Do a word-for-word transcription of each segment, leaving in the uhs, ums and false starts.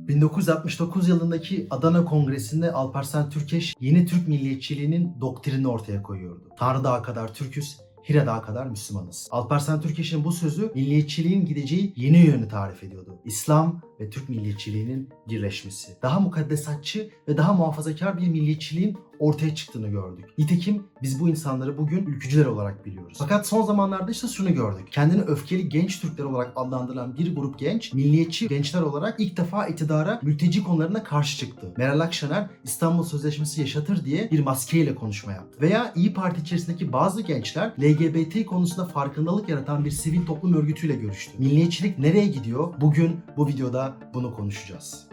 bin dokuz yüz altmış dokuz yılındaki Adana Kongresi'nde Alparslan Türkeş yeni Türk milliyetçiliğinin doktrinini ortaya koyuyordu. Tanrı Dağı kadar Türküz, Hira Dağı kadar Müslümanız. Alparslan Türkeş'in bu sözü milliyetçiliğin gideceği yeni yönü tarif ediyordu. İslam ve Türk milliyetçiliğinin birleşmesi. Daha mukaddesatçı ve daha muhafazakar bir milliyetçiliğin ortaya çıktığını gördük. Nitekim biz bu insanları bugün ülkücüler olarak biliyoruz. Fakat son zamanlarda işte şunu gördük. Kendini öfkeli genç Türkler olarak adlandırılan bir grup genç, milliyetçi gençler olarak ilk defa iktidara, mülteci konularına karşı çıktı. Meral Akşener İstanbul Sözleşmesi yaşatır diye bir maskeyle konuşma yaptı. Veya İYİ Parti içerisindeki bazı gençler L G B T konusunda farkındalık yaratan bir sivil toplum örgütüyle görüştü. Milliyetçilik nereye gidiyor? Bugün bu videoda bunu konuşacağız.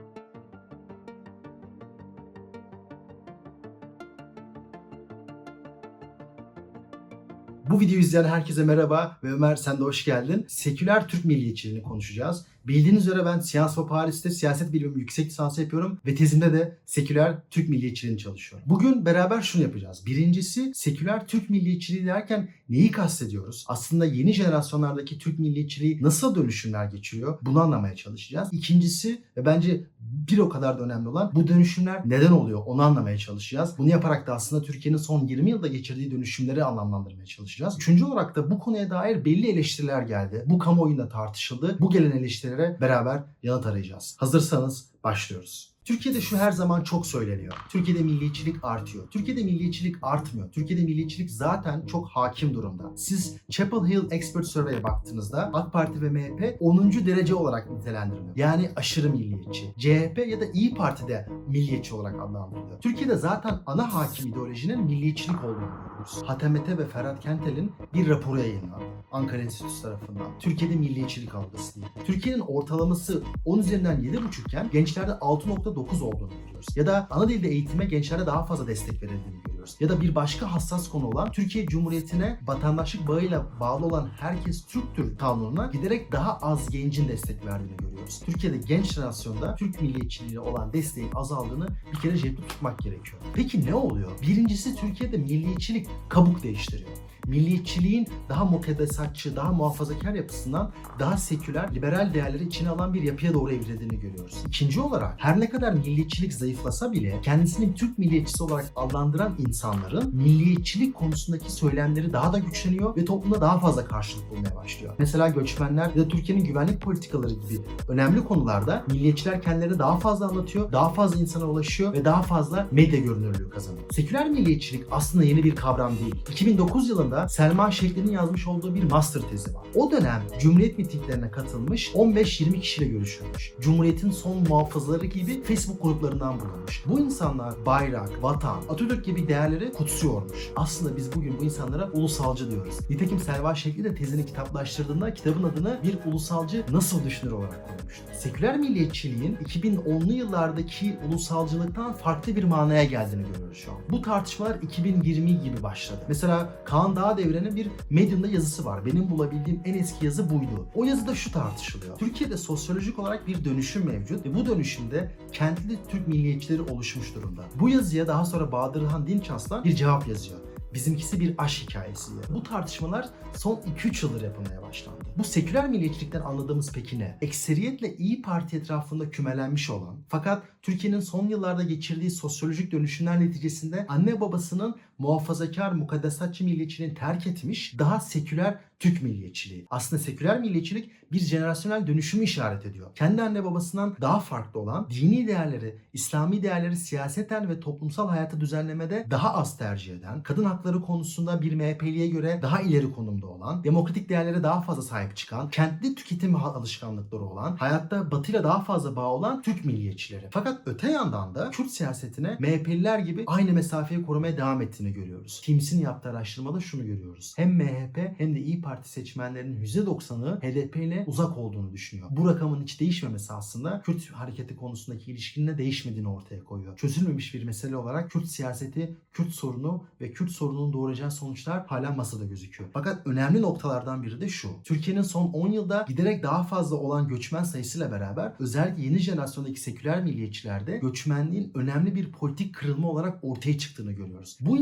Bu videoyu izleyen herkese merhaba ve Ömer, sen de hoş geldin. Seküler Türk milliyetçiliğini konuşacağız. Bildiğiniz üzere ben Sciences Po Paris'te siyaset bilimi yüksek lisansı yapıyorum ve tezimde de seküler Türk milliyetçiliğini çalışıyorum. Bugün beraber şunu yapacağız. Birincisi, seküler Türk milliyetçiliği derken neyi kastediyoruz? Aslında yeni jenerasyonlardaki Türk milliyetçiliği nasıl dönüşümler geçiriyor? Bunu anlamaya çalışacağız. İkincisi ve bence bir o kadar da önemli olan, bu dönüşümler neden oluyor? Onu anlamaya çalışacağız. Bunu yaparak da aslında Türkiye'nin son yirmi yılda geçirdiği dönüşümleri anlamlandırmaya çalışacağız. Üçüncü olarak da bu konuya dair belli eleştiriler geldi. Bu kamuoyunda tartışıldı. Bu gelen eleştirilere beraber yanıt arayacağız. Hazırsanız başlıyoruz. Türkiye'de şu her zaman çok söyleniyor. Türkiye'de milliyetçilik artıyor. Türkiye'de milliyetçilik artmıyor. Türkiye'de milliyetçilik zaten çok hakim durumda. Siz Chapel Hill Expert Survey'e baktığınızda AK Parti ve M H P onuncu derece olarak nitelendiriliyor. Yani aşırı milliyetçi. C H P ya da İYİ Parti de milliyetçi olarak adlandırılıyor. Türkiye'de zaten ana hakim ideolojinin milliyetçilik olduğunu görüyoruz. Hatem Ete ve Ferhat Kentel'in bir raporu yayınlandı Ankara Enstitüsü tarafından. Türkiye'de milliyetçilik algısı değil. Türkiye'nin ortalaması on üzerinden yedi buçuk iken gençlerde altı nokta dokuz olduğunu görüyoruz. Ya da ana dilde eğitime gençlere daha fazla destek verildiğini görüyoruz. Ya da bir başka hassas konu olan Türkiye Cumhuriyeti'ne vatandaşlık bağıyla bağlı olan herkes Türktür kanununa giderek daha az gencin destek verdiğini görüyoruz. Türkiye'de genç jenerasyonda Türk milliyetçiliğine olan desteğin azaldığını bir kere cepte tutmak gerekiyor. Peki ne oluyor? Birincisi, Türkiye'de milliyetçilik kabuk değiştiriyor. Milliyetçiliğin daha mukaddesatçı, daha muhafazakar yapısından daha seküler, liberal değerleri içine alan bir yapıya doğru evrildiğini görüyoruz. İkinci olarak, her ne kadar milliyetçilik zayıflasa bile kendisini Türk milliyetçisi olarak adlandıran insanların milliyetçilik konusundaki söylemleri daha da güçleniyor ve toplumda daha fazla karşılık bulmaya başlıyor. Mesela göçmenler ya da Türkiye'nin güvenlik politikaları gibi önemli konularda milliyetçiler kendilerini daha fazla anlatıyor, daha fazla insana ulaşıyor ve daha fazla medya görünürlüğü kazanıyor. Seküler milliyetçilik aslında yeni bir kavram değil. iki bin dokuz yılında Selma Şehri'nin yazmış olduğu bir master tezi var. O dönem Cumhuriyet mitinglerine katılmış on beş yirmi kişiyle görüşülmüş. Cumhuriyetin son muhafızları gibi Facebook gruplarından bulunmuş. Bu insanlar bayrak, vatan, Atatürk gibi değerleri kutsuyormuş. Aslında biz bugün bu insanlara ulusalcı diyoruz. Nitekim Selma Şehri de tezini kitaplaştırdığında kitabın adını bir ulusalcı nasıl düşünür olarak koymuştu. Seküler milliyetçiliğin iki bin onlu yıllardaki ulusalcılıktan farklı bir manaya geldiğini görüyoruz şu an. Bu tartışmalar iki bin yirmi gibi başladı. Mesela Kaan Dağdevren'in bir Medium'da yazısı var. Benim bulabildiğim en eski yazı buydu. O yazıda şu tartışılıyor. Türkiye'de sosyolojik olarak bir dönüşüm mevcut ve bu dönüşümde kentli Türk milliyetçileri oluşmuş durumda. Bu yazıya daha sonra Bahadırhan Dinçaslan bir cevap yazıyor. Bizimkisi bir aşk hikayesi. Bu tartışmalar son iki üç yıldır yapılmaya başlandı. Bu seküler milliyetçilikten anladığımız peki ne? Ekseriyetle İYİ Parti etrafında kümelenmiş olan, fakat Türkiye'nin son yıllarda geçirdiği sosyolojik dönüşümler neticesinde anne babasının muhafazakar, mukaddesatçı milliyetçiliğini terk etmiş, daha seküler Türk milliyetçiliği. Aslında seküler milliyetçilik bir jenerasyonel dönüşümü işaret ediyor. Kendi anne babasından daha farklı olan, dini değerleri, İslami değerleri siyaseten ve toplumsal hayatı düzenlemede daha az tercih eden, kadın hakları konusunda bir M H P'liye göre daha ileri konumda olan, demokratik değerlere daha fazla sahip çıkan, kentli tüketim alışkanlıkları olan, hayatta batıyla daha fazla bağ olan Türk milliyetçileri. Fakat öte yandan da Kürt siyasetine M H P'liler gibi aynı mesafeyi korumaya devam ettiğini görüyoruz. Tims'in yaptığı araştırmada şunu görüyoruz. Hem M H P hem de İYİ Parti seçmenlerinin yüzde doksanı H D P ile uzak olduğunu düşünüyor. Bu rakamın hiç değişmemesi aslında Kürt hareketi konusundaki ilişkinin de değişmediğini ortaya koyuyor. Çözülmemiş bir mesele olarak Kürt siyaseti, Kürt sorunu ve Kürt sorunun doğuracağı sonuçlar hala masada gözüküyor. Fakat önemli noktalardan biri de şu. Türkiye'nin son on yılda giderek daha fazla olan göçmen sayısıyla beraber özellikle yeni jenerasyondaki seküler milliyetçilerde göçmenliğin önemli bir politik kırılma olarak ortaya çıktığını görüyoruz. Bu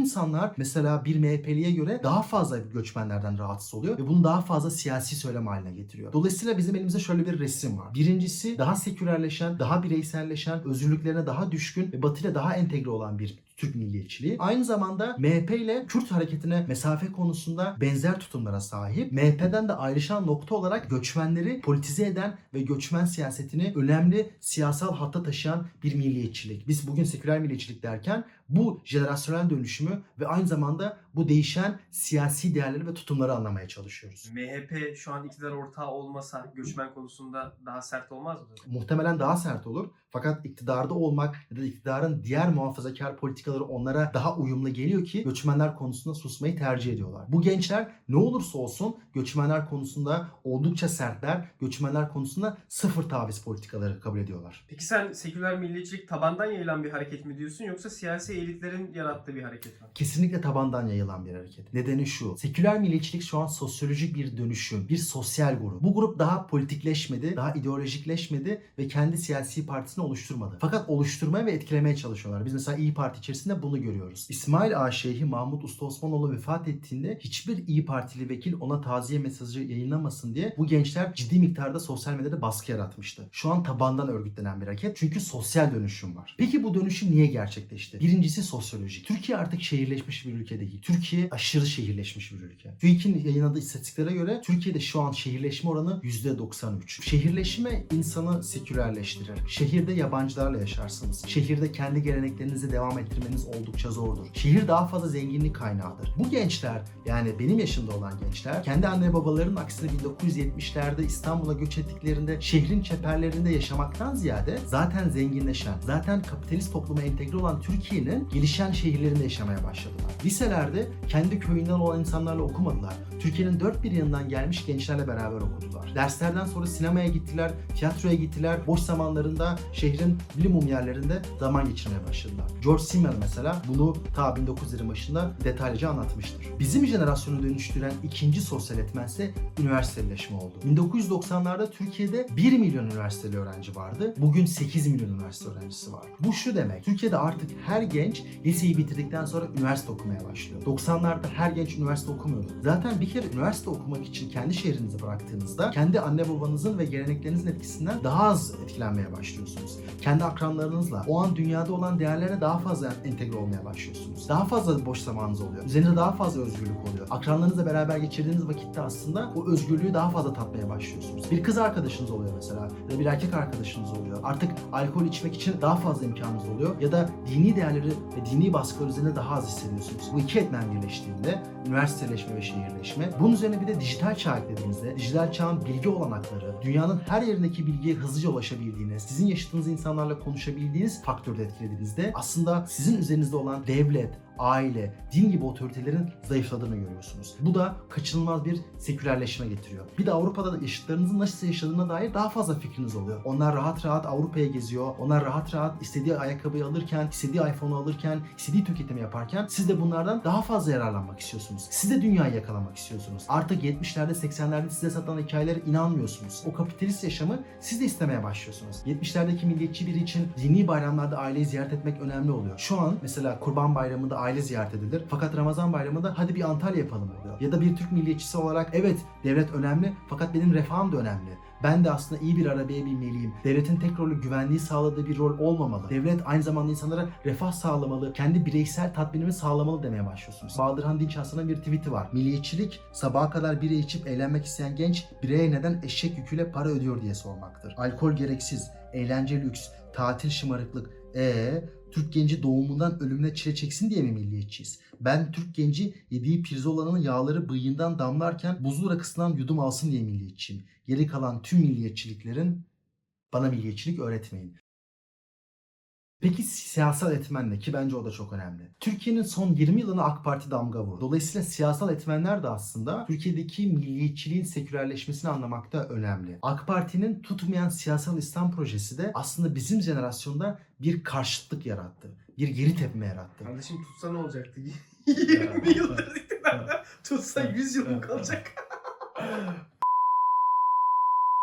insanlar mesela bir M H P'liye göre daha fazla göçmenlerden rahatsız oluyor ve bunu daha fazla siyasi söylem haline getiriyor. Dolayısıyla bizim elimizde şöyle bir resim var. Birincisi daha sekülerleşen, daha bireyselleşen, özgürlüklerine daha düşkün ve Batı ile daha entegre olan bir Türk milliyetçiliği. Aynı zamanda M H P ile Kürt hareketine mesafe konusunda benzer tutumlara sahip. M H P'den de ayrışan nokta olarak göçmenleri politize eden ve göçmen siyasetini önemli siyasal hatta taşıyan bir milliyetçilik. Biz bugün seküler milliyetçilik derken bu jenerasyonel dönüşümü ve aynı zamanda bu değişen siyasi değerleri ve tutumları anlamaya çalışıyoruz. M H P şu an iktidar ortağı olmasa göçmen konusunda daha sert olmaz mı? Muhtemelen daha sert olur. Fakat iktidarda olmak ya da iktidarın diğer muhafazakar politikaları onlara daha uyumlu geliyor ki göçmenler konusunda susmayı tercih ediyorlar. Bu gençler ne olursa olsun göçmenler konusunda oldukça sertler. Göçmenler konusunda sıfır taviz politikaları kabul ediyorlar. Peki sen seküler milliyetçilik tabandan yayılan bir hareket mi diyorsun yoksa siyasi elitlerin yarattığı bir hareket mi? Kesinlikle tabandan yayılan bir hareket. Nedeni şu. Seküler milliyetçilik şu an sosyolojik bir dönüşüm, bir sosyal grup. Bu grup daha politikleşmedi, daha ideolojikleşmedi ve kendi siyasi partisini oluşturmadı. Fakat oluşturmaya ve etkilemeye çalışıyorlar. Biz mesela İYİ Parti içerisinde bunu görüyoruz. İsmail Ağa Şeyhi Mahmut Usta Osmanoğlu vefat ettiğinde hiçbir İYİ Partili vekil ona taziye mesajı yayınlamasın diye bu gençler ciddi miktarda sosyal medyada baskı yaratmıştı. Şu an tabandan örgütlenen bir hareket. Çünkü sosyal dönüşüm var. Peki bu dönüşüm niye gerçekleşti? Birincisi sosyolojik. Türkiye artık şehirleşmiş bir ülke değil. Türkiye aşırı şehirleşmiş bir ülke. TÜİK'in yayınladığı istatistiklere göre Türkiye'de şu an şehirleşme oranı yüzde doksan üç. Şehirleşme insanı sekülerleştirir. Şehirde yabancılarla yaşarsınız. Şehirde kendi geleneklerinizi devam ettirmeniz oldukça zordur. Şehir daha fazla zenginlik kaynağıdır. Bu gençler, yani benim yaşımda olan gençler, kendi anne babalarının aksine bin dokuz yüz yetmişlerde İstanbul'a göç ettiklerinde şehrin çeperlerinde yaşamaktan ziyade zaten zenginleşen, zaten kapitalist topluma entegre olan Türkiye'nin gelişen şehirlerinde yaşamaya başladılar. Liselerde kendi köyünden olan insanlarla okumadılar. Türkiye'nin dört bir yanından gelmiş gençlerle beraber okudular. Derslerden sonra sinemaya gittiler, tiyatroya gittiler. Boş zamanlarında şehrin bilimum yerlerinde zaman geçirmeye başladılar. George Simmel mesela bunu ta bin dokuz yüzlerin başında detaylıca anlatmıştır. Bizim jenerasyonu dönüştüren ikinci sosyal etmen ise üniversiteleşme oldu. bin dokuz yüz doksanlarda Türkiye'de bir milyon üniversiteli öğrenci vardı. Bugün sekiz milyon üniversite öğrencisi var. Bu şu demek. Türkiye'de artık her genç liseyi bitirdikten sonra üniversite okumaya başlıyor. doksanlarda her genç üniversite okumuyordu. Zaten bir kere üniversite okumak için kendi şehrinizi bıraktığınızda kendi anne babanızın ve geleneklerinizin etkisinden daha az etkilenmeye başlıyorsunuz. Kendi akranlarınızla, o an dünyada olan değerlere daha fazla entegre olmaya başlıyorsunuz. Daha fazla boş zamanınız oluyor. Üzerinde daha fazla özgürlük oluyor. Akranlarınızla beraber geçirdiğiniz vakitte aslında o özgürlüğü daha fazla tatmaya başlıyorsunuz. Bir kız arkadaşınız oluyor mesela ya da bir erkek arkadaşınız oluyor. Artık alkol içmek için daha fazla imkanınız oluyor ya da dini değerleri ve dini baskılar üzerinde daha az hissediyorsunuz. Bu iki etmen birleştiğinde üniversiteleşme ve şehirleşme. Bunun üzerine bir de dijital çağ eklediğinizde, dijital çağın bilgi olanakları, dünyanın her yerindeki bilgiye hızlıca ulaşabildiğiniz, sizin yaşadığınız insanlarla konuşabildiğiniz faktörde etkilediğinizde aslında sizin üzerinizde olan devlet, aile, din gibi otoritelerin zayıfladığını görüyorsunuz. Bu da kaçınılmaz bir sekülerleşme getiriyor. Bir de Avrupa'da yaşıtlarınızın nasıl yaşadığına dair daha fazla fikriniz oluyor. Onlar rahat rahat Avrupa'ya geziyor. Onlar rahat rahat istediği ayakkabıyı alırken, istediği iPhone'u alırken, istediği tüketimi yaparken siz de bunlardan daha fazla yararlanmak istiyorsunuz. Siz de dünyayı yakalamak istiyorsunuz. Artık yetmişlerde, seksenlerde size satılan hikayelere inanmıyorsunuz. O kapitalist yaşamı siz de istemeye başlıyorsunuz. yetmişlerdeki milliyetçi biri için dini bayramlarda aileyi ziyaret etmek önemli oluyor. Şu an mesela Kurban Bayramı'nda aile ziyaret edilir. Fakat Ramazan Bayramı'nda hadi bir Antalya yapalım oluyor. Ya da bir Türk milliyetçisi olarak evet devlet önemli fakat benim refahım da önemli. Ben de aslında iyi bir arabaya binmeliyim. Devletin tek rolü güvenliği sağladığı bir rol olmamalı. Devlet aynı zamanda insanlara refah sağlamalı, kendi bireysel tatminimi sağlamalı demeye başlıyorsunuz. Bahadırhan Dinç Aslan'ın bir tweet'i var. Milliyetçilik sabaha kadar bira içip eğlenmek isteyen genç bireye neden eşek yüküyle para ödüyor diye sormaktır. Alkol gereksiz, eğlence lüks, tatil şımarıklık. Eee Türk genci doğumundan ölümüne çile çeksin diye mi milliyetçiyiz? Ben Türk genci yediği pirzolanın yağları bıyığından damlarken buzlu rakısından yudum alsın diye milliyetçiyim. Geri kalan tüm milliyetçiliklerin bana milliyetçilik öğretmeyin. Peki siyasal etmen ne? Ki bence o da çok önemli. Türkiye'nin son yirmi yılına AK Parti damga vurdu. Dolayısıyla siyasal etmenler de aslında Türkiye'deki milliyetçiliğin sekülerleşmesini anlamakta önemli. AK Parti'nin tutmayan siyasal İslam projesi de aslında bizim jenerasyonda bir karşıtlık yarattı. Bir geri tepme yarattı. Kardeşim tutsa ne olacaktı? yirmi yıldır iktidarda tutsa yüz yıl mı kalacak?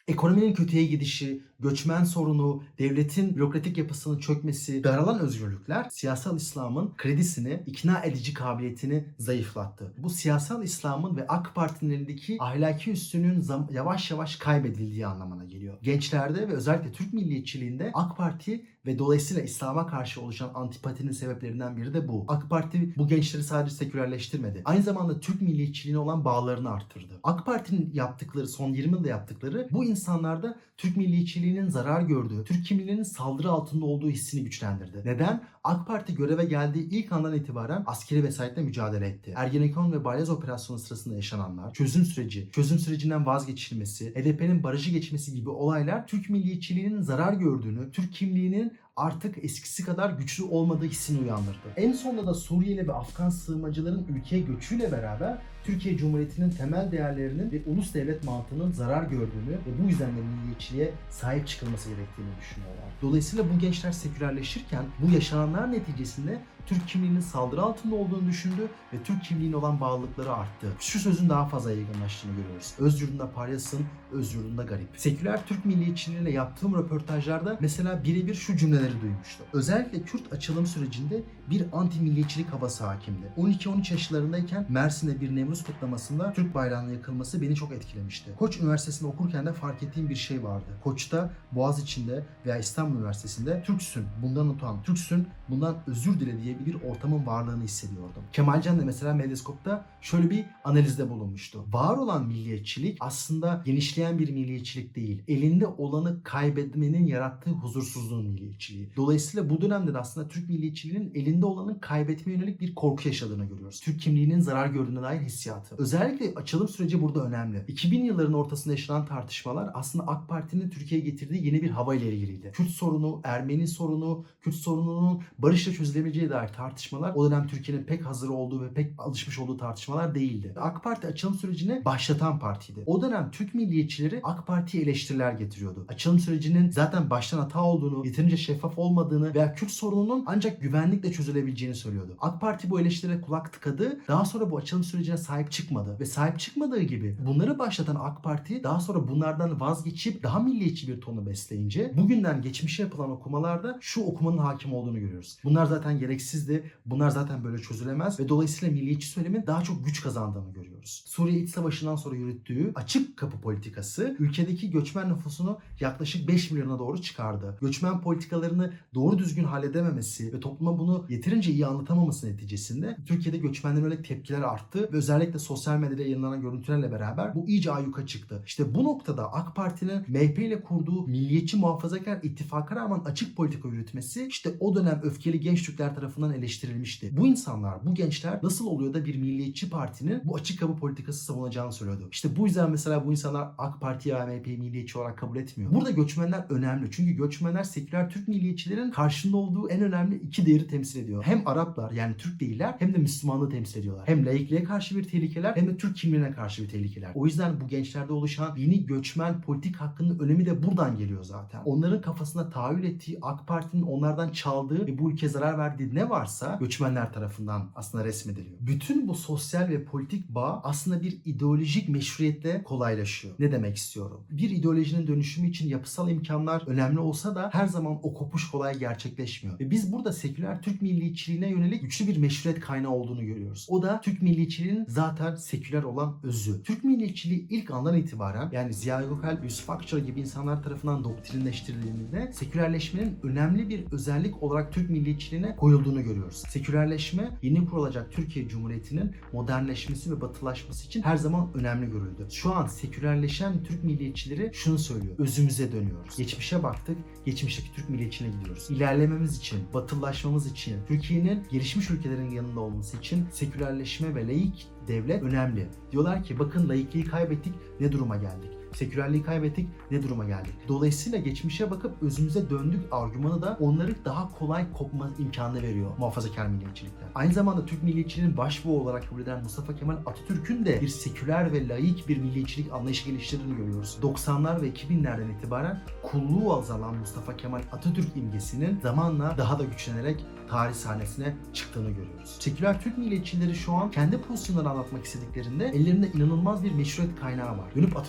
Ekonominin kötüye gidişi, göçmen sorunu, devletin bürokratik yapısının çökmesi, daralan özgürlükler siyasal İslam'ın kredisini, ikna edici kabiliyetini zayıflattı. Bu siyasal İslam'ın ve AK Parti'nin elindeki ahlaki üstünlüğün yavaş yavaş kaybedildiği anlamına geliyor. Gençlerde ve özellikle Türk milliyetçiliğinde AK Parti ve dolayısıyla İslam'a karşı oluşan antipatinin sebeplerinden biri de bu. AK Parti bu gençleri sadece sekülerleştirmedi. Aynı zamanda Türk milliyetçiliğine olan bağlarını arttırdı. AK Parti'nin yaptıkları, son yirmi yılda yaptıkları bu insanlarda Türk milliyetçiliğinin zarar gördüğü, Türk kimliğinin saldırı altında olduğu hissini güçlendirdi. Neden? AK Parti göreve geldiği ilk andan itibaren askeri vesayetle mücadele etti. Ergenekon ve Balyoz operasyonu sırasında yaşananlar, çözüm süreci, çözüm sürecinden vazgeçilmesi, H D P'nin barajı geçmesi gibi olaylar Türk milliyetçiliğinin zarar gördüğünü, Türk kimliğinin artık eskisi kadar güçlü olmadığı hissini uyandırdı. En sonunda da Suriyeli ve Afgan sığınmacıların ülkeye göçüyle beraber Türkiye Cumhuriyeti'nin temel değerlerinin ve ulus devlet mantığının zarar gördüğünü ve bu yüzden de milliyetçiliğe sahip çıkılması gerektiğini düşünüyorlar. Dolayısıyla bu gençler sekülerleşirken bu yaşananlar neticesinde Türk kimliğinin saldırı altında olduğunu düşündü ve Türk kimliğine olan bağlılıkları arttı. Şu sözün daha fazla yaygınlaştığını görüyoruz. Öz yurdunda paryasın, öz yurdunda garip. Seküler Türk milliyetçiliğiyle yaptığım röportajlarda mesela birebir şu cümleleri duymuştum. Özellikle Kürt açılım sürecinde bir anti milliyetçilik havası hakimdi. on iki on üç yaşlarındayken Mersin'de bir Nevruz kutlamasında Türk bayrağının yakılması beni çok etkilemişti. Koç Üniversitesi'nde okurken de fark ettiğim bir şey vardı. Koç'ta, Boğaziçi'nde veya İstanbul Üniversitesi'nde Türksün, bundan utan, Türksün, bundan özür dile diye bir ortamın varlığını hissediyordum. Kemalcan da mesela Medyascope'da şöyle bir analizde bulunmuştu. Var olan milliyetçilik aslında genişleyen bir milliyetçilik değil. Elinde olanı kaybetmenin yarattığı huzursuzluğun milliyetçiliği. Dolayısıyla bu dönemde de aslında Türk milliyetçiliğinin elinde olanı kaybetmeye yönelik bir korku yaşadığını görüyoruz. Türk kimliğinin zarar gördüğüne dair hissiyatı. Özellikle açılım süreci burada önemli. iki bin yılların ortasında yaşanan tartışmalar aslında AK Parti'nin Türkiye'ye getirdiği yeni bir hava ile ilgiliydi. Kürt sorunu, Ermeni sorunu, Kürt sorununun barışla çözülebileceği dair tartışmalar o dönem Türkiye'nin pek hazır olduğu ve pek alışmış olduğu tartışmalar değildi. AK Parti açılım sürecini başlatan partiydi. O dönem Türk milliyetçileri AK Parti'ye eleştiriler getiriyordu. Açılım sürecinin zaten baştan hata olduğunu, yeterince şeffaf olmadığını veya Kürt sorununun ancak güvenlikle çözülebileceğini söylüyordu. AK Parti bu eleştirilere kulak tıkadı. Daha sonra bu açılım sürecine sahip çıkmadı. Ve sahip çıkmadığı gibi bunları başlatan AK Parti daha sonra bunlardan vazgeçip daha milliyetçi bir tonu besleyince bugünden geçmişe yapılan okumalarda şu okumanın hakim olduğunu görüyoruz. Bunlar zaten gereksizdi. Bunlar zaten böyle çözülemez ve dolayısıyla milliyetçi söylemin daha çok güç kazandığını görüyoruz. Suriye İç Savaşı'ndan sonra yürüttüğü açık kapı politikası ülkedeki göçmen nüfusunu yaklaşık beş milyona doğru çıkardı. Göçmen politikalarını doğru düzgün halledememesi ve topluma bunu yeterince iyi anlatamaması neticesinde Türkiye'de göçmenlere yönelik tepkiler arttı ve özellikle sosyal medyada yayınlanan görüntülerle beraber bu iyice ayyuka çıktı. İşte bu noktada AK Parti'nin M H P ile kurduğu milliyetçi muhafazakar ittifaka rağmen açık politika yürütmesi işte o dönem öfkeli genç Türkler tarafından eleştirilmişti. Bu insanlar, bu gençler nasıl oluyor da bir milliyetçi partinin bu açık kapı politikası savunacağını söylüyordu. İşte bu yüzden mesela bu insanlar AK Parti'yi veya M H P'yi milliyetçi olarak kabul etmiyor. Burada göçmenler önemli. Çünkü göçmenler seküler Türk milliyetçilerin karşında olduğu en önemli iki değeri temsil ediyor. Hem Araplar yani Türk değiller hem de Müslümanlığı temsil ediyorlar. Hem laikliğe karşı bir tehlikeler hem de Türk kimliğine karşı bir tehlikeler. O yüzden bu gençlerde oluşan yeni göçmen politik hakkının önemi de buradan geliyor zaten. Onların kafasında tahayyül ettiği AK Parti'nin onlardan çaldığı ve bu ülkeye zarar verdiği ne varsa göçmenler tarafından aslında resmediliyor. Bütün bu sosyal ve politik bağ aslında bir ideolojik meşruiyetle kolaylaşıyor. Ne demek istiyorum? Bir ideolojinin dönüşümü için yapısal imkanlar önemli olsa da her zaman o kopuş kolay gerçekleşmiyor. Ve biz burada seküler Türk milliyetçiliğine yönelik güçlü bir meşruiyet kaynağı olduğunu görüyoruz. O da Türk milliyetçiliğinin zaten seküler olan özü. Türk milliyetçiliği ilk andan itibaren yani Ziya Gökalp, Yusuf Akçay gibi insanlar tarafından doktrinleştirildiğinde sekülerleşmenin önemli bir özellik olarak Türk milliyetçiliğine koyulduğunu görüyoruz. Sekülerleşme yeni kurulacak Türkiye Cumhuriyeti'nin modernleşmesi ve batılaşması için her zaman önemli görüldü. Şu an sekülerleşen Türk milliyetçileri şunu söylüyor. Özümüze dönüyoruz. Geçmişe baktık. Geçmişteki Türk milliyetçiliğine gidiyoruz. İlerlememiz için, batılaşmamız için, Türkiye'nin gelişmiş ülkelerin yanında olması için sekülerleşme ve laik devlet önemli. Diyorlar ki bakın laikliği kaybettik, ne duruma geldik? Sekülerliği kaybettik, ne duruma geldik? Dolayısıyla geçmişe bakıp özümüze döndük argümanı da onları daha kolay kopma imkanı veriyor muhafazakar milliyetçilikler. Aynı zamanda Türk milliyetçiliğinin başbuğu olarak kabul eden Mustafa Kemal Atatürk'ün de bir seküler ve laik bir milliyetçilik anlayışı geliştirdiğini görüyoruz. doksanlar ve iki binlerden itibaren kulluğu azalan Mustafa Kemal Atatürk imgesinin zamanla daha da güçlenerek tarih sahnesine çıktığını görüyoruz. Seküler Türk milliyetçileri şu an kendi pozisyonlarını anlatmak istediklerinde ellerinde inanılmaz bir meşruiyet kaynağı var. Dönüp Atatürk'e bakıp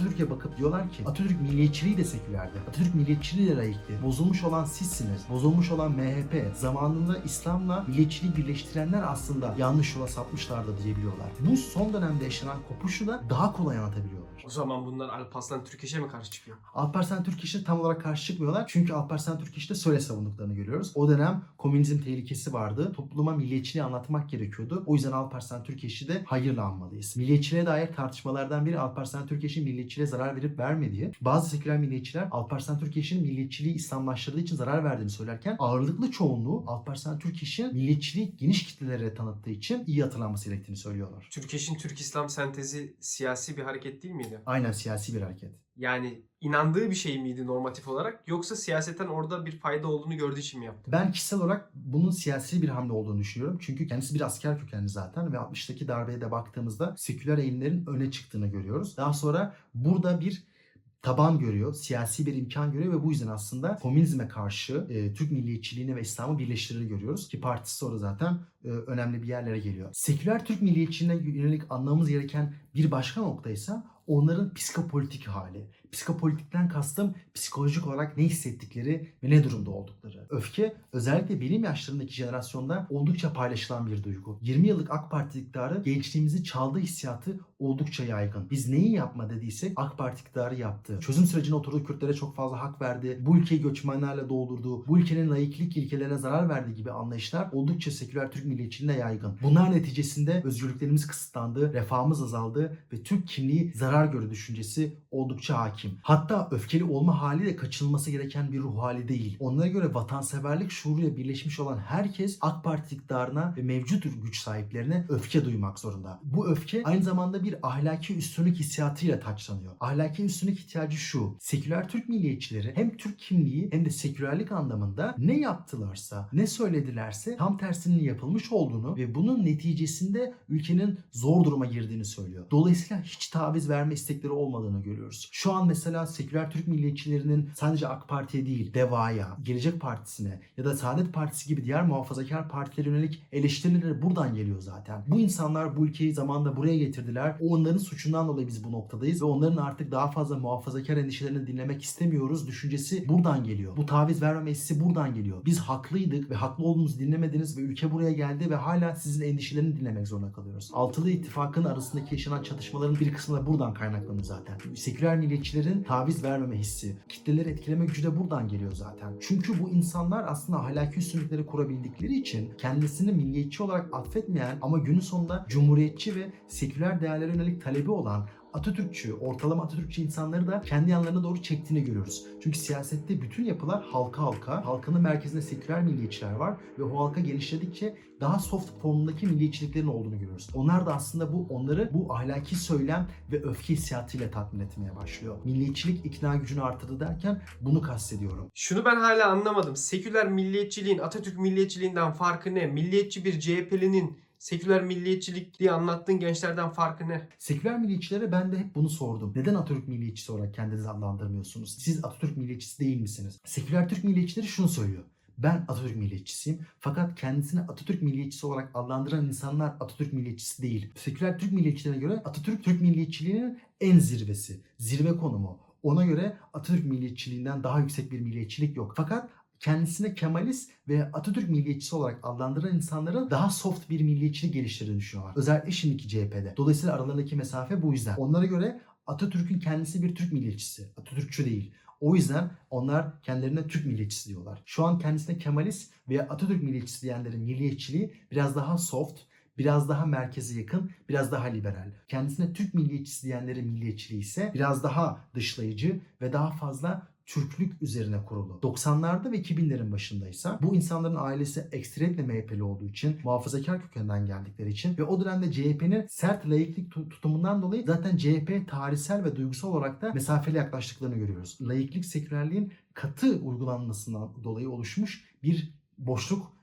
Diyorlar ki Atatürk milliyetçiliği de sekülerdi. Atatürk milliyetçiliği de laikti. Bozulmuş olan sizsiniz. Bozulmuş olan M H P. Zamanında İslam'la milliyetçiliği birleştirenler aslında yanlış yola sapmışlardı diyebiliyorlar. Bu son dönemde yaşanan kopuşu da daha kolay anlatabiliyorlar. O zaman bunlar Alparslan Türkeş'e mi karşı çıkıyor? Alparslan Türkeş'e tam olarak karşı çıkmıyorlar. Çünkü Alparslan Türkeş'te şöyle savunduklarını görüyoruz. O dönem komünizm tehlikesi vardı. Topluma milliyetçiliği anlatmak gerekiyordu. O yüzden Alparslan Türkeş'i de hayırla anmalıyız. Milliyetçiliğe dair tartışmalardan biri Alparslan Türkeş'in milliyetçiliğe zarar verip vermediği. Bazı seküler milliyetçiler Alparslan Türkeş'in milliyetçiliği İslamlaştırdığı için zarar verdiğini söylerken ağırlıklı çoğunluğu Alparslan Türkeş'in milliyetçiliği geniş kitlelere tanıttığı için iyi hatırlanması gerektiğini söylüyorlar. Türkeş'in Türk-İslam sentezi siyasi bir hareket değil miydi? Aynen, siyasi bir hareket. Yani inandığı bir şey miydi normatif olarak, yoksa siyaseten orada bir fayda olduğunu gördüğü için mi yaptı? Ben kişisel olarak bunun siyasi bir hamle olduğunu düşünüyorum. Çünkü kendisi bir asker kökenli zaten ve altmıştaki darbeye de baktığımızda seküler eğilimlerin öne çıktığını görüyoruz. Daha sonra burada bir taban görüyor, siyasi bir imkan görüyor ve bu yüzden aslında komünizme karşı e, Türk milliyetçiliğini ve İslam'ı birleştirir görüyoruz. Ki partisi sonra zaten e, önemli bir yerlere geliyor. Seküler Türk milliyetçiliğine yönelik anlamamız gereken bir başka nokta ise onların psikopolitik hali. Psikopolitikten kastım psikolojik olarak ne hissettikleri ve ne durumda oldukları. Öfke özellikle benim yaşlarındaki jenerasyonda oldukça paylaşılan bir duygu. yirmi yıllık AK Parti iktidarı gençliğimizi çaldığı hissiyatı oldukça yaygın. Biz neyi yapma dediysek AK Parti iktidarı yaptı. Çözüm sürecine oturdu, Kürtlere çok fazla hak verdi. Bu ülkeyi göçmenlerle doldurdu. Bu ülkenin laiklik ilkelerine zarar verdiği gibi anlayışlar oldukça seküler Türk milliyetçiliğine yaygın. Bunlar neticesinde özgürlüklerimiz kısıtlandı, refahımız azaldı ve Türk kimliği zarar gördü düşüncesi oldukça hakim. Hatta öfkeli olma hali de kaçınılması gereken bir ruh hali değil. Onlara göre vatanseverlik şuuruyla birleşmiş olan herkes AK Parti iktidarına ve mevcut güç sahiplerine öfke duymak zorunda. Bu öfke aynı zamanda bir ahlaki üstünlük hissiyatıyla taçlanıyor. Ahlaki üstünlük ihtiyacı şu: seküler Türk milliyetçileri hem Türk kimliği hem de sekülerlik anlamında ne yaptılarsa, ne söyledilerse tam tersinin yapılmış olduğunu ve bunun neticesinde ülkenin zor duruma girdiğini söylüyor. Dolayısıyla hiç taviz verme istekleri olmadığını görüyoruz. Şu an mesela seküler Türk milliyetçilerinin sadece AK Parti'ye değil, DEVA'ya, Gelecek Partisi'ne ya da Saadet Partisi gibi diğer muhafazakar partilere yönelik eleştirileri buradan geliyor zaten. Bu insanlar bu ülkeyi zamanında buraya getirdiler. O onların suçundan dolayı biz bu noktadayız ve onların artık daha fazla muhafazakar endişelerini dinlemek istemiyoruz düşüncesi buradan geliyor. Bu taviz vermeme hissi buradan geliyor. Biz haklıydık ve haklı olduğumuzu dinlemediniz ve ülke buraya geldi ve hala sizin endişelerini dinlemek zorunda kalıyoruz. Altılı İttifak'ın arasındaki yaşanan çatışmaların bir kısmı da buradan kaynaklanıyor zaten. Seküler milliyetçilerin taviz vermeme hissi, kitleleri etkileme gücü de buradan geliyor zaten. Çünkü bu insanlar aslında ahlaki üstünlükleri kurabildikleri için kendisini milliyetçi olarak affetmeyen ama günün sonunda cumhuriyetçi ve seküler değerlere yönelik talebi olan Atatürkçü, ortalama Atatürkçü insanları da kendi yanlarına doğru çektiğini görüyoruz. Çünkü siyasette bütün yapılar halka halka, halkanın merkezinde seküler milliyetçiler var ve o halka genişledikçe daha soft formundaki milliyetçiliklerin olduğunu görüyoruz. Onlar da aslında bu onları bu ahlaki söylem ve öfke hissiyatıyla tatmin etmeye başlıyor. Milliyetçilik ikna gücünü artırdı derken bunu kastediyorum. Şunu ben hala anlamadım. Seküler milliyetçiliğin Atatürk milliyetçiliğinden farkı ne? Milliyetçi bir C H P'linin seküler milliyetçilik diye anlattığın gençlerden farkı ne? Seküler milliyetçilere ben de hep bunu sordum. Neden Atatürk milliyetçisi olarak kendinizi adlandırmıyorsunuz? Siz Atatürk milliyetçisi değil misiniz? Seküler Türk milliyetçileri şunu söylüyor: ben Atatürk milliyetçisiyim. Fakat kendisini Atatürk milliyetçisi olarak adlandıran insanlar Atatürk milliyetçisi değil. Seküler Türk milliyetçilerine göre Atatürk, Türk milliyetçiliğinin en zirvesi. Zirve konumu. Ona göre Atatürk milliyetçiliğinden daha yüksek bir milliyetçilik yok. Fakat kendisine Kemalist ve Atatürk milliyetçisi olarak adlandıran insanların daha soft bir milliyetçilik geliştirdiğini düşünüyorlar. Özellikle şimdiki C H P'de. Dolayısıyla aralarındaki mesafe bu yüzden. Onlara göre Atatürk'ün kendisi bir Türk milliyetçisi. Atatürkçü değil. O yüzden onlar kendilerine Türk milliyetçisi diyorlar. Şu an kendisine Kemalist veya Atatürk milliyetçisi diyenlerin milliyetçiliği biraz daha soft, biraz daha merkeze yakın, biraz daha liberal. Kendisine Türk milliyetçisi diyenlerin milliyetçiliği ise biraz daha dışlayıcı ve daha fazla Türklük üzerine kurulu. doksanlarda ve iki binlerin başındaysa bu insanların ailesi ekstremetle M H P'li olduğu için, muhafazakar kökenden geldikleri için ve o dönemde C H P'nin sert laiklik tutumundan dolayı zaten C H P tarihsel ve duygusal olarak da mesafeli yaklaştıklarını görüyoruz. Laiklik sekülerliğin katı uygulanmasından dolayı oluşmuş bir boşluk,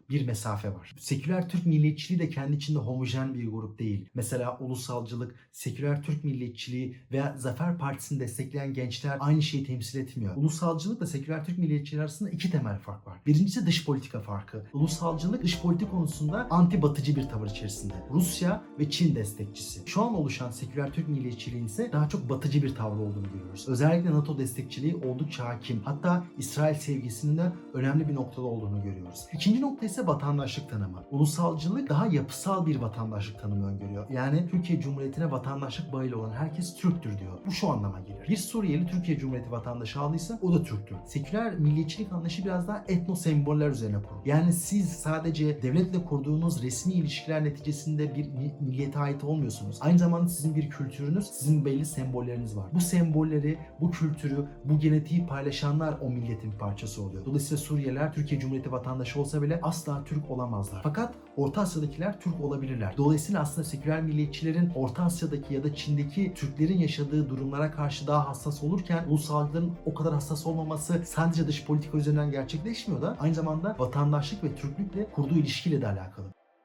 bir mesafe var. Seküler Türk milliyetçiliği de kendi içinde homojen bir grup değil. Mesela ulusalcılık, seküler Türk milliyetçiliği veya Zafer Partisi'ni destekleyen gençler aynı şeyi temsil etmiyor. Ulusalcılıkla seküler Türk milliyetçiliği arasında iki temel fark var. Birincisi dış politika farkı. Ulusalcılık dış politika konusunda anti batıcı bir tavır içerisinde. Rusya ve Çin destekçisi. Şu an oluşan seküler Türk milliyetçiliğin ise daha çok batıcı bir tavır olduğunu görüyoruz. Özellikle NATO destekçiliği oldukça hakim. Hatta İsrail sevgisinin de önemli bir noktada olduğunu görüyoruz. İkinci nokta ise vatandaşlık tanımı. Ulusalcılık daha yapısal bir vatandaşlık tanımı öngörüyor. Yani Türkiye Cumhuriyeti'ne vatandaşlık bağıyla olan herkes Türktür diyor. Bu şu anlama gelir. Bir Suriyeli Türkiye Cumhuriyeti vatandaşı aldıysa o da Türktür. Seküler milliyetçilik anlayışı biraz daha etno semboller üzerine kurulu. Yani siz sadece devletle kurduğunuz resmi ilişkiler neticesinde bir milliyete ait olmuyorsunuz. Aynı zamanda sizin bir kültürünüz, sizin belli sembolleriniz var. Bu sembolleri, bu kültürü, bu genetiği paylaşanlar o milletin parçası oluyor. Dolayısıyla Suriyeliler Türkiye Cumhuriyeti vatandaşı olsa bile asla Türk olamazlar. Fakat Orta Asya'dakiler Türk olabilirler. Dolayısıyla aslında seküler milliyetçilerin Orta Asya'daki ya da Çin'deki Türklerin yaşadığı durumlara karşı daha hassas olurken ulusalcıların o kadar hassas olmaması sadece dış politika üzerinden gerçekleşmiyor da aynı zamanda vatandaşlık ve Türklükle kurduğu ilişkiyle de alakalı.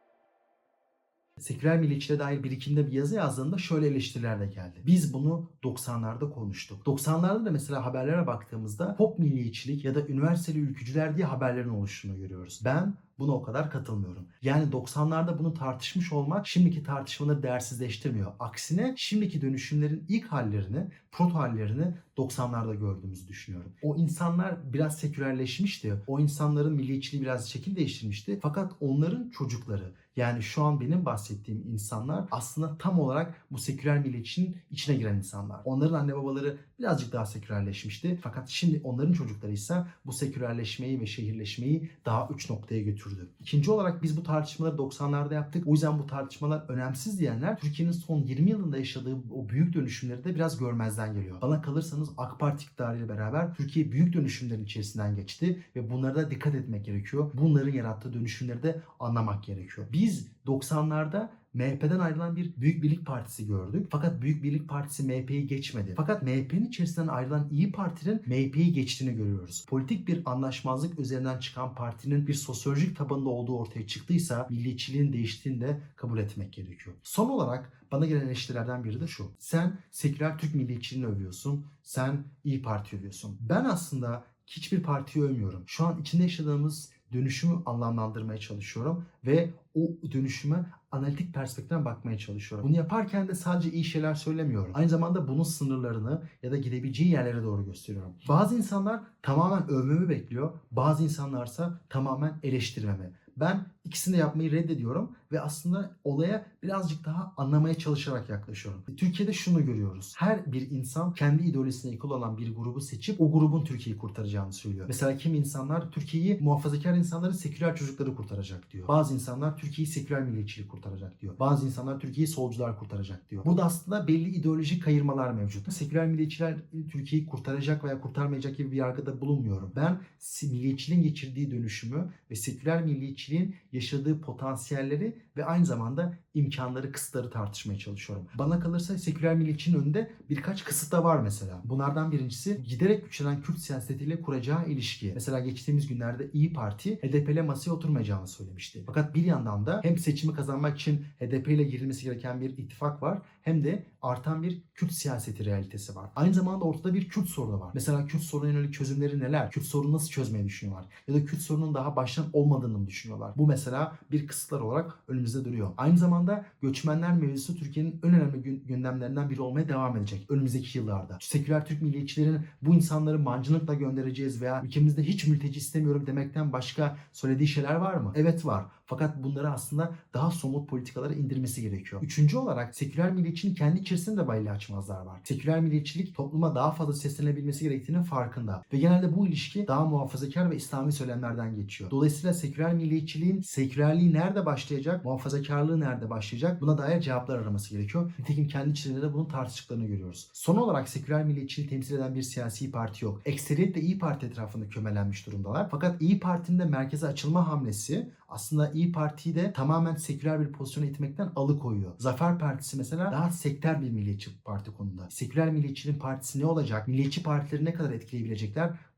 Seküler milliyetçiliğe dair birikimde bir yazı yazdığında şöyle eleştiriler de geldi. Biz bunu doksanlarda konuştuk. doksanlarda da mesela haberlere baktığımızda pop milliyetçilik ya da üniversiteli ülkücüler diye haberlerin oluştuğunu görüyoruz. Ben buna o kadar katılmıyorum. Yani doksanlarda bunu tartışmış olmak şimdiki tartışmaları değersizleştirmiyor. Aksine şimdiki dönüşümlerin ilk hallerini, proto hallerini doksanlarda gördüğümüzü düşünüyorum. O insanlar biraz sekülerleşmişti. O insanların milliyetçiliği biraz şekil değiştirmişti. Fakat onların çocukları, yani şu an benim bahsettiğim insanlar aslında tam olarak bu seküler milliyetçinin içine giren insanlar. Onların anne babaları birazcık daha sekülerleşmişti. Fakat şimdi onların çocukları ise bu sekülerleşmeyi ve şehirleşmeyi daha uç noktaya götürdü. İkinci olarak biz bu tartışmaları doksanlarda yaptık. O yüzden bu tartışmalar önemsiz diyenler Türkiye'nin son yirmi yılında yaşadığı o büyük dönüşümleri de biraz görmezden geliyor. Bana kalırsanız AK Parti iktidarıyla beraber Türkiye büyük dönüşümlerin içerisinden geçti ve bunlara da dikkat etmek gerekiyor. Bunların yarattığı dönüşümleri de anlamak gerekiyor. Biz doksanlarda M H P'den ayrılan bir Büyük Birlik Partisi gördük. Fakat Büyük Birlik Partisi M H P'yi geçmedi. Fakat M H P'nin içerisinden ayrılan İyi Parti'nin M H P'yi geçtiğini görüyoruz. Politik bir anlaşmazlık üzerinden çıkan partinin bir sosyolojik tabanında olduğu ortaya çıktıysa milliyetçiliğin değiştiğini de kabul etmek gerekiyor. Son olarak bana gelen eleştirilerden biri de şu. Sen seküler Türk milliyetçiliğini övüyorsun. Sen İyi Parti övüyorsun. Ben aslında hiçbir partiyi övmüyorum. Şu an içinde yaşadığımız dönüşümü anlamlandırmaya çalışıyorum ve o dönüşüme analitik perspektiften bakmaya çalışıyorum. Bunu yaparken de sadece iyi şeyler söylemiyorum. Aynı zamanda bunun sınırlarını ya da gidebileceği yerlere doğru gösteriyorum. Bazı insanlar tamamen övmemi bekliyor. Bazı insanlarsa tamamen eleştirmemi. Ben ikisini de yapmayı reddediyorum ve aslında olaya birazcık daha anlamaya çalışarak yaklaşıyorum. Türkiye'de şunu görüyoruz. Her bir insan kendi ideolojisine yakın olan bir grubu seçip o grubun Türkiye'yi kurtaracağını söylüyor. Mesela kimi insanlar Türkiye'yi muhafazakar insanların seküler çocukları kurtaracak diyor. Bazı insanlar Türkiye'yi seküler milliyetçilik kurtaracak diyor. Bazı insanlar Türkiye'yi solcular kurtaracak diyor. Burada aslında belli ideolojik kayırmalar mevcut. Seküler milliyetçiler Türkiye'yi kurtaracak veya kurtarmayacak gibi bir yargıda bulunmuyorum. Ben milliyetçiliğin geçirdiği dönüşümü ve seküler milliyetçiliğin yaşadığı potansiyelleri ve aynı zamanda imkanları, kısıtları tartışmaya çalışıyorum. Bana kalırsa seküler milliyetçinin önünde birkaç kısıt da var mesela. Bunlardan birincisi giderek güçlenen Kürt siyasetiyle kuracağı ilişki. Mesela geçtiğimiz günlerde İyi Parti H D P ile masaya oturmayacağını söylemişti. Fakat bir yandan da hem seçimi kazanmak için H D P ile girilmesi gereken bir ittifak var hem de artan bir Kürt siyaseti realitesi var. Aynı zamanda ortada bir Kürt sorunu var. Mesela Kürt sorununa yönelik çözümleri neler? Kürt sorunu nasıl çözmeyi düşünüyorlar? Ya da Kürt sorunun daha baştan olmadığını mı düşünüyorlar? Bu mesela bir kısıtlar olarak önümüzde duruyor. Aynı zamanda göçmenler mevzusu Türkiye'nin en önemli gündemlerinden biri olmaya devam edecek önümüzdeki yıllarda. Seküler Türk milliyetçilerin bu insanları mancınıkla göndereceğiz veya ülkemizde hiç mülteci istemiyorum demekten başka söylediği şeyler var mı? Evet var. Fakat bunları aslında daha somut politikalara indirmesi gerekiyor. Üçüncü olarak seküler milliyetçinin kendi içerisinde de bayılı açmazlar var. Seküler milliyetçilik topluma daha fazla seslenebilmesi gerektiğinin farkında. Ve genelde bu ilişki daha muhafazakar ve İslami söylemlerden geçiyor. Dolayısıyla seküler milliyetçiliğin sekülerliği nerede başlayacak, muhafazakarlığı nerede başlayacak buna dair cevaplar araması gerekiyor. Nitekim kendi içlerinde de bunun tartıştıklarını görüyoruz. Son olarak seküler milliyetçiliği temsil eden bir siyasi parti yok. Ekseriyetle İyi Parti etrafında kömelenmiş durumdalar. Fakat İyi Parti'nin de merkeze açılma hamlesi aslında İyi Parti'yi de tamamen seküler bir pozisyona itmekten alıkoyuyor. Zafer Partisi mesela daha sektör bir milliyetçi parti konumunda. Seküler milliyetçinin partisi ne olacak? Milliyetçi partileri ne kadar etkileyebilecekler?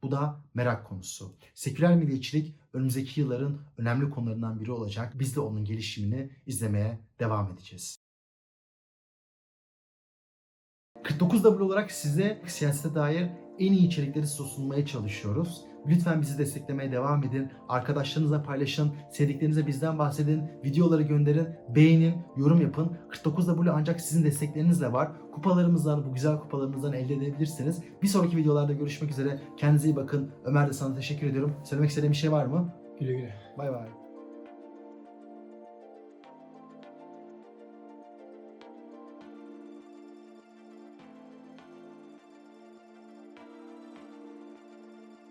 Bu da merak konusu. Seküler milliyetçilik önümüzdeki yılların önemli konularından biri olacak. Biz de onun gelişimini izlemeye devam edeceğiz. kırk dokuz W olarak size siyasete dair en iyi içerikleri size sunmaya çalışıyoruz. Lütfen bizi desteklemeye devam edin. Arkadaşlarınızla paylaşın. Sevdiklerinize bizden bahsedin. Videoları gönderin. Beğenin. Yorum yapın. kırk dokuz W ancak sizin desteklerinizle var. Kupalarımızdan, bu güzel kupalarımızdan elde edebilirsiniz. Bir sonraki videolarda görüşmek üzere. Kendinize iyi bakın. Ömer de sana teşekkür ediyorum. Söylemek istediğin bir şey var mı? Güle güle. Bay bay.